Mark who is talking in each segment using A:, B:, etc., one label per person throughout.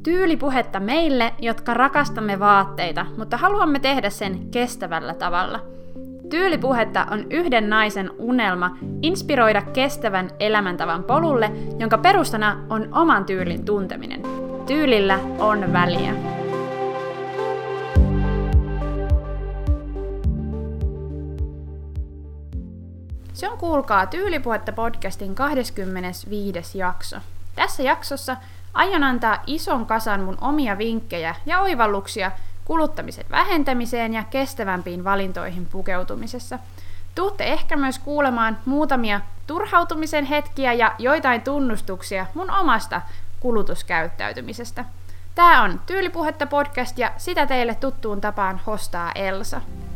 A: Tyylipuhetta meille, jotka rakastamme vaatteita, mutta haluamme tehdä sen kestävällä tavalla. Tyylipuhetta on yhden naisen unelma inspiroida kestävän elämäntavan polulle, jonka perustana on oman tyylin tunteminen. Tyylillä on väliä. Se on kuulkaa Tyylipuhetta podcastin 25. jakso. Tässä jaksossa aion antaa ison kasan mun omia vinkkejä ja oivalluksia kuluttamisen vähentämiseen ja kestävämpiin valintoihin pukeutumisessa. Tuutte ehkä myös kuulemaan muutamia turhautumisen hetkiä ja joitain tunnustuksia mun omasta kulutuskäyttäytymisestä. Tää on Tyylipuhetta podcast ja sitä teille tuttuun tapaan hostaa Elsa.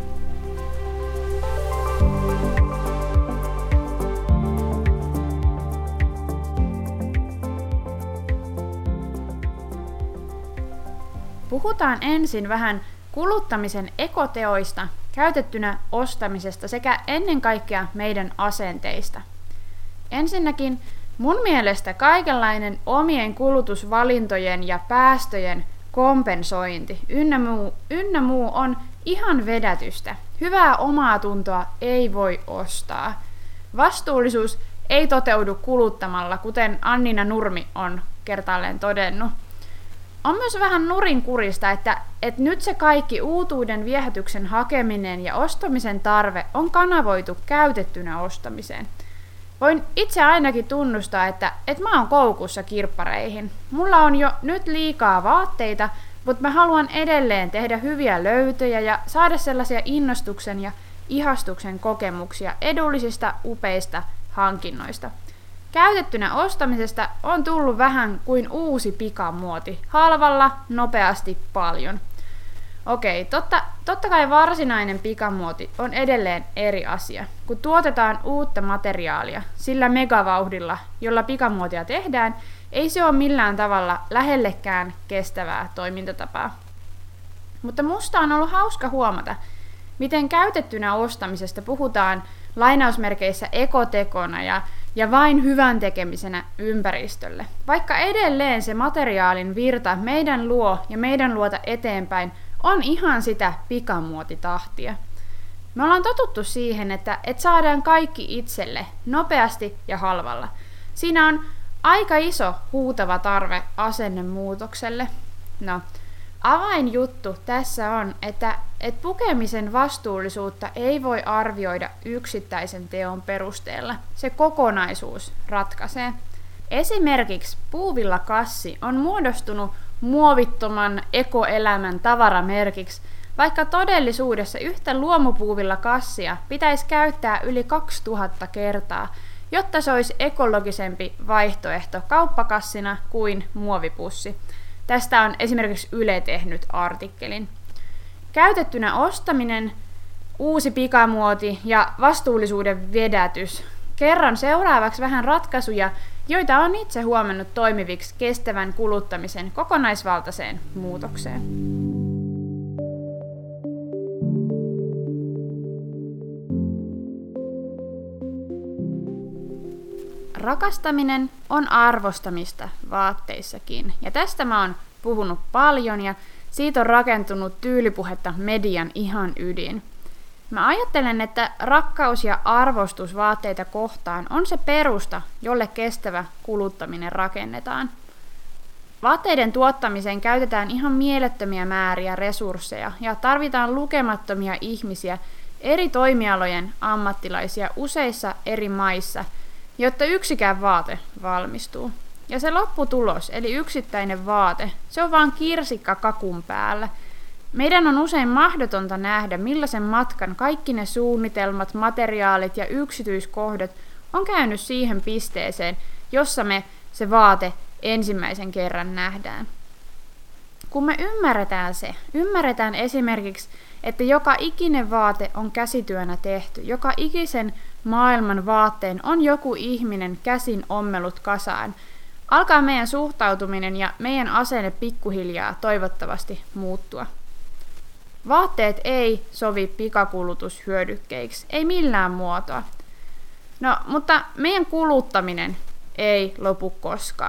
A: Puhutaan ensin vähän kuluttamisen ekoteoista, käytettynä ostamisesta sekä ennen kaikkea meidän asenteista. Ensinnäkin mun mielestä kaikenlainen omien kulutusvalintojen ja päästöjen kompensointi ynnä muu on ihan vedätystä. Hyvää omaa tuntoa ei voi ostaa. Vastuullisuus ei toteudu kuluttamalla, kuten Annina Nurmi on kertaalleen todennut. On myös vähän nurinkurista, että nyt se kaikki uutuuden viehätyksen hakeminen ja ostamisen tarve on kanavoitu käytettynä ostamiseen. Voin itse ainakin tunnustaa, että mä oon koukussa kirppareihin. Mulla on jo nyt liikaa vaatteita, mutta mä haluan edelleen tehdä hyviä löytöjä ja saada sellaisia innostuksen ja ihastuksen kokemuksia edullisista, upeista hankinnoista. Käytettynä ostamisesta on tullut vähän kuin uusi pikamuoti. Halvalla, nopeasti, paljon. Okei, totta kai varsinainen pikamuoti on edelleen eri asia, kun tuotetaan uutta materiaalia sillä megavauhdilla, jolla pikamuotia tehdään, ei se ole millään tavalla lähellekään kestävää toimintatapaa. Mutta musta on ollut hauska huomata, miten käytettynä ostamisesta puhutaan lainausmerkeissä ekotekona ja vain hyvän tekemisenä ympäristölle. Vaikka edelleen se materiaalin virta meidän luo ja meidän luota eteenpäin on ihan sitä pikamuotitahtia. Me ollaan totuttu siihen, että saadaan kaikki itselle nopeasti ja halvalla. Siinä on aika iso huutava tarve asennemuutokselle. No, avainjuttu tässä on, että pukemisen vastuullisuutta ei voi arvioida yksittäisen teon perusteella. Se kokonaisuus ratkaisee. Esimerkiksi puuvillakassi on muodostunut muovittoman ekoelämän tavaramerkiksi, vaikka todellisuudessa yhtä luomupuuvillakassia pitäisi käyttää yli 2000 kertaa, jotta se olisi ekologisempi vaihtoehto kauppakassina kuin muovipussi. Tästä on esimerkiksi Yle tehnyt artikkelin. Käytettynä ostaminen, uusi pikamuoti ja vastuullisuuden vedätys. Kerran seuraavaksi vähän ratkaisuja, joita on itse huomannut toimiviksi kestävän kuluttamisen kokonaisvaltaiseen muutokseen. Rakastaminen on arvostamista vaatteissakin, ja tästä mä oon puhunut paljon, ja siitä on rakentunut Tyylipuhetta median ihan ydin. Mä ajattelen, että rakkaus ja arvostus vaatteita kohtaan on se perusta, jolle kestävä kuluttaminen rakennetaan. Vaatteiden tuottamiseen käytetään ihan mielettömiä määriä resursseja, ja tarvitaan lukemattomia ihmisiä, eri toimialojen ammattilaisia useissa eri maissa, jotta yksikään vaate valmistuu. Ja se lopputulos, eli yksittäinen vaate, se on vaan kirsikka kakun päällä. Meidän on usein mahdotonta nähdä, millaisen matkan kaikki ne suunnitelmat, materiaalit ja yksityiskohdat on käynyt siihen pisteeseen, jossa me se vaate ensimmäisen kerran nähdään. Kun me ymmärretään esimerkiksi, että joka ikinen vaate on käsityönä tehty, joka ikisen maailman vaatteen on joku ihminen käsin ommellut kasaan, alkaa meidän suhtautuminen ja meidän asenne pikkuhiljaa toivottavasti muuttua. Vaatteet ei sovi pikakulutushyödykkeiksi, ei millään muotoa. No, mutta meidän kuluttaminen ei lopu koskaan.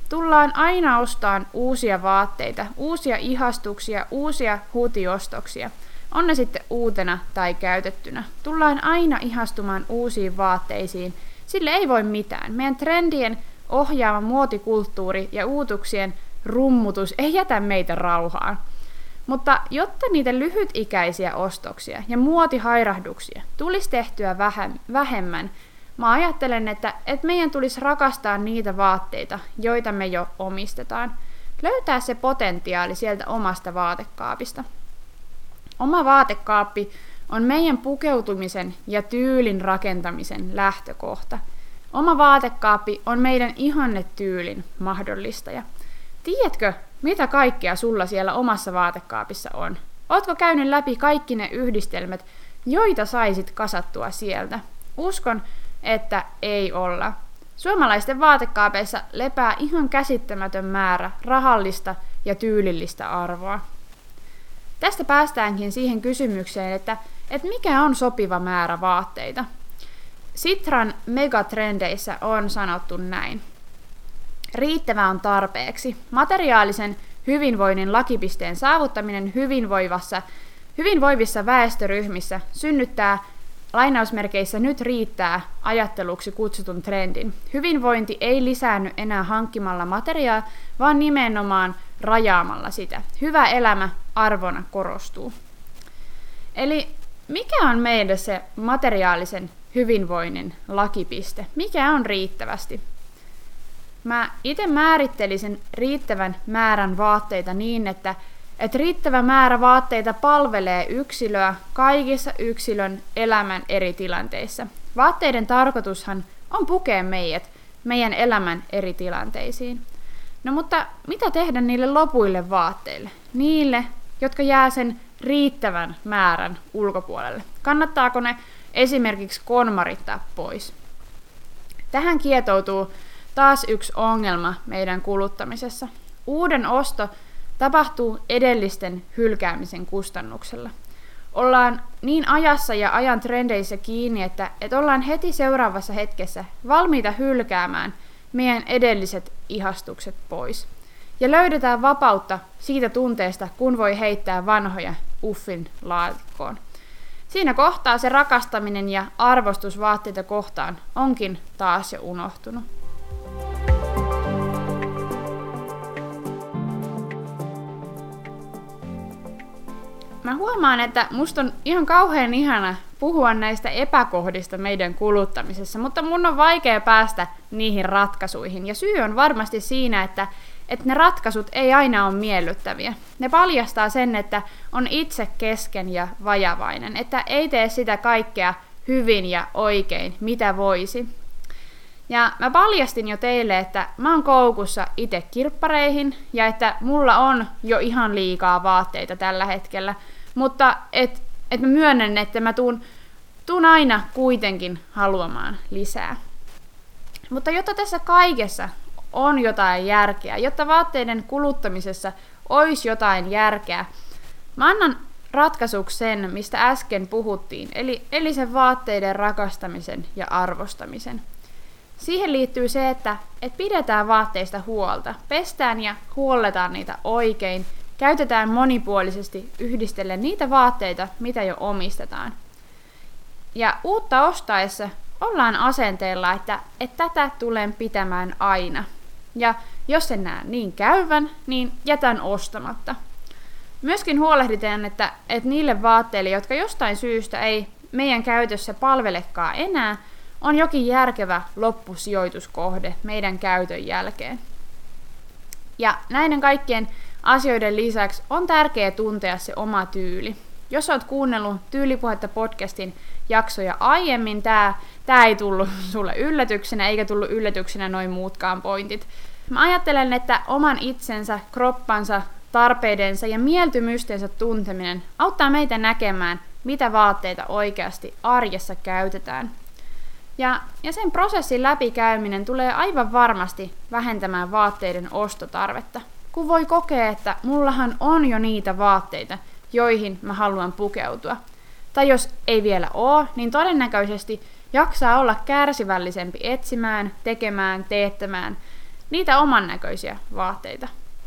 A: tullaan aina ostamaan uusia vaatteita, uusia ihastuksia, uusia hutiostoksia. On ne sitten uutena tai käytettynä. Tullaan aina ihastumaan uusiin vaatteisiin. Sille ei voi mitään. Meidän trendien ohjaava muotikulttuuri ja uutuksien rummutus ei jätä meitä rauhaan. Mutta jotta niitä lyhytikäisiä ostoksia ja muotihairahduksia tulisi tehtyä vähemmän, mä ajattelen, että meidän tulisi rakastaa niitä vaatteita, joita me jo omistetaan. Löytää se potentiaali sieltä omasta vaatekaapista. Oma vaatekaappi on meidän pukeutumisen ja tyylin rakentamisen lähtökohta. Oma vaatekaappi on meidän ihannetyylin mahdollistaja. Tiedätkö, mitä kaikkea sulla siellä omassa vaatekaapissa on? Ootko käynyt läpi kaikki ne yhdistelmät, joita saisit kasattua sieltä? Uskon, että ei olla. Suomalaisten vaatekaapeissa lepää ihan käsittämätön määrä rahallista ja tyylillistä arvoa. Tästä päästäänkin siihen kysymykseen, että mikä on sopiva määrä vaatteita. Sitran megatrendeissä on sanottu näin. Riittävä on tarpeeksi. Materiaalisen hyvinvoinnin lakipisteen saavuttaminen hyvinvoivissa väestöryhmissä synnyttää lainausmerkeissä nyt riittää ajatteluksi kutsutun trendin. Hyvinvointi ei lisäänny enää hankkimalla materiaa, vaan nimenomaan rajaamalla sitä. Hyvä elämä arvona korostuu. Eli mikä on meidän se materiaalisen hyvinvoinnin lakipiste? Mikä on riittävästi? Mä itse määrittelisin riittävän määrän vaatteita niin, että riittävä määrä vaatteita palvelee yksilöä kaikissa yksilön elämän eri tilanteissa. Vaatteiden tarkoitushan on pukea meidän elämän eri tilanteisiin. No mutta mitä tehdä niille lopuille vaatteille? Niille, jotka jää sen riittävän määrän ulkopuolelle. Kannattaako ne esimerkiksi konmarittaa pois? Tähän kietoutuu taas yksi ongelma meidän kuluttamisessa. Uuden osto tapahtuu edellisten hylkäämisen kustannuksella. Ollaan niin ajassa ja ajan trendeissä kiinni, että ollaan heti seuraavassa hetkessä valmiita hylkäämään meidän edelliset ihastukset pois. Ja löydetään vapautta siitä tunteesta, kun voi heittää vanhoja uffin laatikkoon. Siinä kohtaa se rakastaminen ja arvostus vaatteita kohtaan onkin taas jo unohtunut. Mä huomaan, että musta on ihan kauhean ihana puhua näistä epäkohdista meidän kuluttamisessa, mutta mun on vaikea päästä niihin ratkaisuihin. Ja syy on varmasti siinä, että ne ratkaisut ei aina ole miellyttäviä. Ne paljastaa sen, että on itse kesken ja vajavainen, että ei tee sitä kaikkea hyvin ja oikein, mitä voisi. Ja mä paljastin jo teille, että mä oon koukussa itse kirppareihin ja että mulla on jo ihan liikaa vaatteita tällä hetkellä, mutta mä myönnän, että mä tuun aina kuitenkin haluamaan lisää. Mutta jotta tässä kaikessa on jotain järkeä, jotta vaatteiden kuluttamisessa olisi jotain järkeä, mä annan ratkaisuksi sen, mistä äsken puhuttiin, eli sen vaatteiden rakastamisen ja arvostamisen. Siihen liittyy se, että pidetään vaatteista huolta, pestään ja huolletaan niitä oikein, käytetään monipuolisesti yhdistellen niitä vaatteita, mitä jo omistetaan. Ja uutta ostaessa ollaan asenteella, että tätä tulen pitämään aina. Ja jos en näe niin käyvän, niin jätän ostamatta. Myöskin huolehditaan, että niille vaatteille, jotka jostain syystä ei meidän käytössä palvelekaan enää, on jokin järkevä loppusijoituskohde meidän käytön jälkeen. Ja näiden kaikkien asioiden lisäksi on tärkeää tuntea se oma tyyli. Jos olet kuunnellut Tyylipuhetta podcastin jaksoja aiemmin, tää ei tullut sulle yllätyksenä, eikä tullut yllätyksenä noin muutkaan pointit. Mä ajattelen, että oman itsensä, kroppansa, tarpeidensa ja mieltymystensä tunteminen auttaa meitä näkemään, mitä vaatteita oikeasti arjessa käytetään. Ja sen prosessin läpikäyminen tulee aivan varmasti vähentämään vaatteiden ostotarvetta, kun voi kokea, että mullahan on jo niitä vaatteita, joihin mä haluan pukeutua. Tai jos ei vielä oo, niin todennäköisesti jaksaa olla kärsivällisempi etsimään, tekemään, teettämään niitä oman näköisiä vaatteita.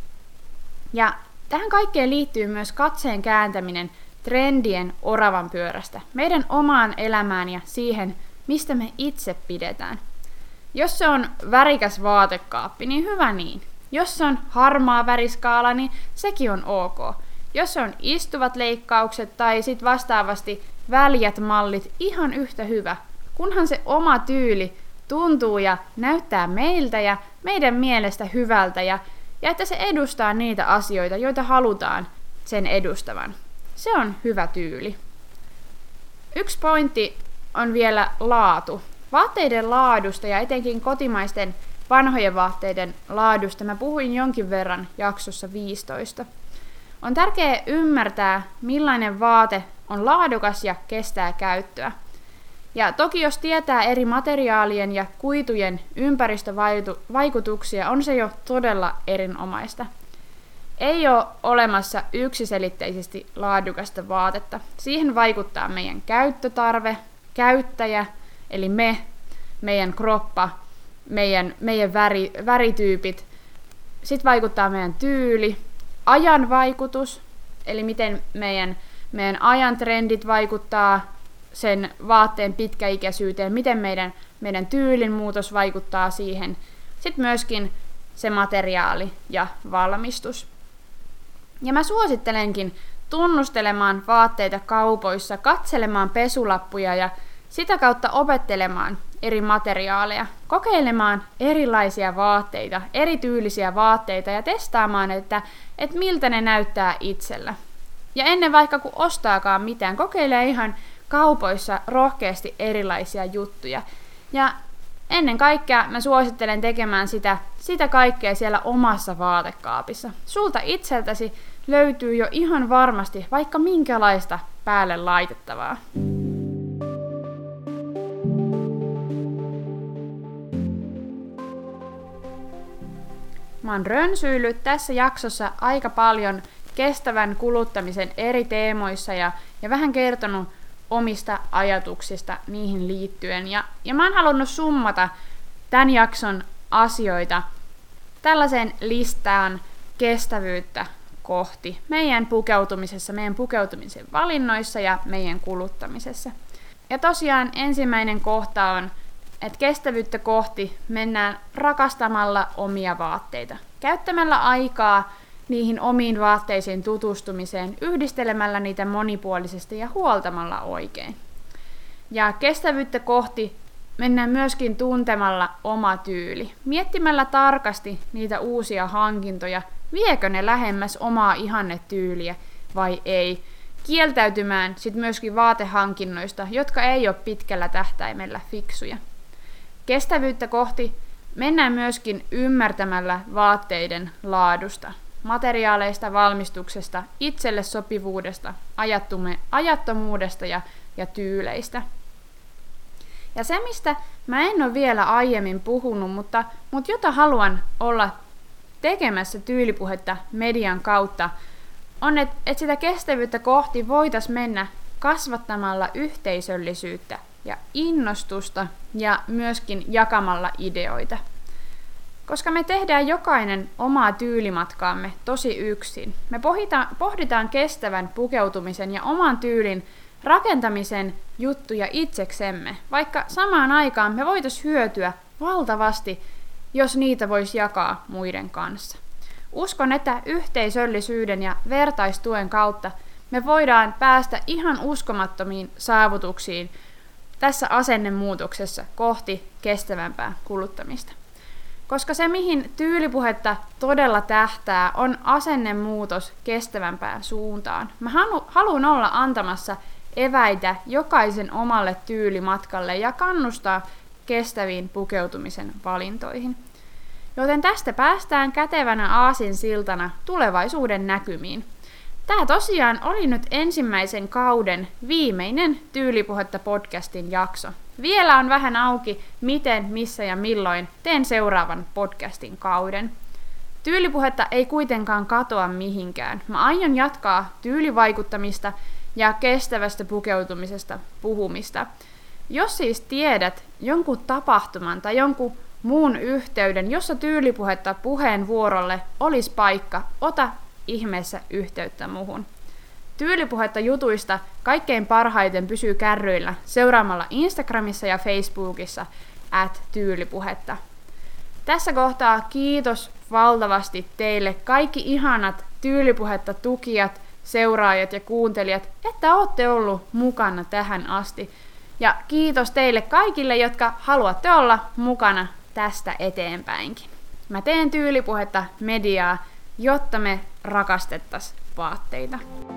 A: Ja tähän kaikkeen liittyy myös katseen kääntäminen trendien oravan pyörästä, meidän omaan elämään ja siihen, mistä me itse pidetään. Jos se on värikäs vaatekaappi, niin hyvä niin. Jos se on harmaa väriskaala, niin sekin on ok. Jos se on istuvat leikkaukset tai sit vastaavasti väljät mallit, ihan yhtä hyvä. Kunhan se oma tyyli tuntuu ja näyttää meiltä ja meidän mielestä hyvältä ja että se edustaa niitä asioita, joita halutaan sen edustavan. Se on hyvä tyyli. Yksi pointti on vielä laatu. Vaatteiden laadusta ja etenkin kotimaisten vanhojen vaatteiden laadusta mä puhuin jonkin verran jaksossa 15. On tärkeää ymmärtää, millainen vaate on laadukas ja kestää käyttöä. Ja toki jos tietää eri materiaalien ja kuitujen ympäristövaikutuksia, on se jo todella erinomaista. Ei ole olemassa yksiselitteisesti laadukasta vaatetta. Siihen vaikuttaa meidän käyttötarve, käyttäjä, eli meidän kroppa, meidän värityypit. Sitten vaikuttaa meidän tyyli, ajan vaikutus, eli miten meidän ajan trendit vaikuttaa sen vaatteen pitkäikäisyyteen, miten meidän tyylin muutos vaikuttaa siihen. Sitten myöskin se materiaali ja valmistus. Ja mä suosittelenkin tunnustelemaan vaatteita kaupoissa, katselemaan pesulappuja ja sitä kautta opettelemaan eri materiaaleja, kokeilemaan erilaisia vaatteita, erityylisiä vaatteita ja testaamaan, että miltä ne näyttää itsellä. Ja ennen vaikka kun ostaakaan mitään, kokeilee ihan kaupoissa rohkeasti erilaisia juttuja. Ja ennen kaikkea mä suosittelen tekemään sitä kaikkea siellä omassa vaatekaapissa. Sulta itseltäsi löytyy jo ihan varmasti vaikka minkälaista päälle laitettavaa. Mä oon rönsyillyt tässä jaksossa aika paljon kestävän kuluttamisen eri teemoissa ja vähän kertonut omista ajatuksista niihin liittyen. Ja mä oon halunnut summata tämän jakson asioita tällaiseen listaan kestävyyttä kohti meidän pukeutumisessa, meidän pukeutumisen valinnoissa ja meidän kuluttamisessa. Ja tosiaan ensimmäinen kohta on, että kestävyyttä kohti mennään rakastamalla omia vaatteita, käyttämällä aikaa niihin omiin vaatteisiin tutustumiseen, yhdistelemällä niitä monipuolisesti ja huoltamalla oikein. Ja kestävyyttä kohti mennään myöskin tuntemalla oma tyyli, miettimällä tarkasti niitä uusia hankintoja, viekö ne lähemmäs omaa ihannetyyliä vai ei, kieltäytymään sit myöskin vaatehankinnoista, jotka ei ole pitkällä tähtäimellä fiksuja. Kestävyyttä kohti mennään myöskin ymmärtämällä vaatteiden laadusta, materiaaleista, valmistuksesta, itselle sopivuudesta, ajattomuudesta ja tyyleistä. Ja se, mistä mä en ole vielä aiemmin puhunut, mutta jota haluan olla tekemässä tyylipuhetta median kautta, on, että sitä kestävyyttä kohti voitaisiin mennä kasvattamalla yhteisöllisyyttä ja innostusta ja myöskin jakamalla ideoita. Koska me tehdään jokainen omaa tyylimatkaamme tosi yksin. Me pohditaan kestävän pukeutumisen ja oman tyylin rakentamisen juttuja itseksemme, vaikka samaan aikaan me voitaisiin hyötyä valtavasti, jos niitä voisi jakaa muiden kanssa. Uskon, että yhteisöllisyyden ja vertaistuen kautta me voidaan päästä ihan uskomattomiin saavutuksiin tässä asennemuutoksessa kohti kestävämpää kuluttamista. Koska se, mihin tyylipuhetta todella tähtää, on asennemuutos kestävämpään suuntaan. Mä haluan olla antamassa eväitä jokaisen omalle tyylimatkalle ja kannustaa kestäviin pukeutumisen valintoihin. Joten tästä päästään kätevänä aasinsiltana tulevaisuuden näkymiin. Tämä tosiaan oli nyt ensimmäisen kauden viimeinen Tyylipuhetta podcastin jakso. Vielä on vähän auki, miten, missä ja milloin teen seuraavan podcastin kauden. Tyylipuhetta ei kuitenkaan katoa mihinkään. Mä aion jatkaa tyylivaikuttamista ja kestävästä pukeutumisesta puhumista. Jos siis tiedät jonkun tapahtuman tai jonkun muun yhteyden, jossa Tyylipuhetta puheenvuorolle olisi paikka, ota ihmeessä yhteyttä muhun. Tyylipuhetta jutuista kaikkein parhaiten pysyy kärryillä seuraamalla Instagramissa ja Facebookissa @tyylipuhetta. Tässä kohtaa kiitos valtavasti teille kaikki ihanat Tyylipuhetta tukijat, seuraajat ja kuuntelijat, että olette ollut mukana tähän asti. Ja kiitos teille kaikille, jotka haluatte olla mukana tästä eteenpäinkin. Mä teen Tyylipuhetta mediaa, jotta me rakastettaisiin vaatteita.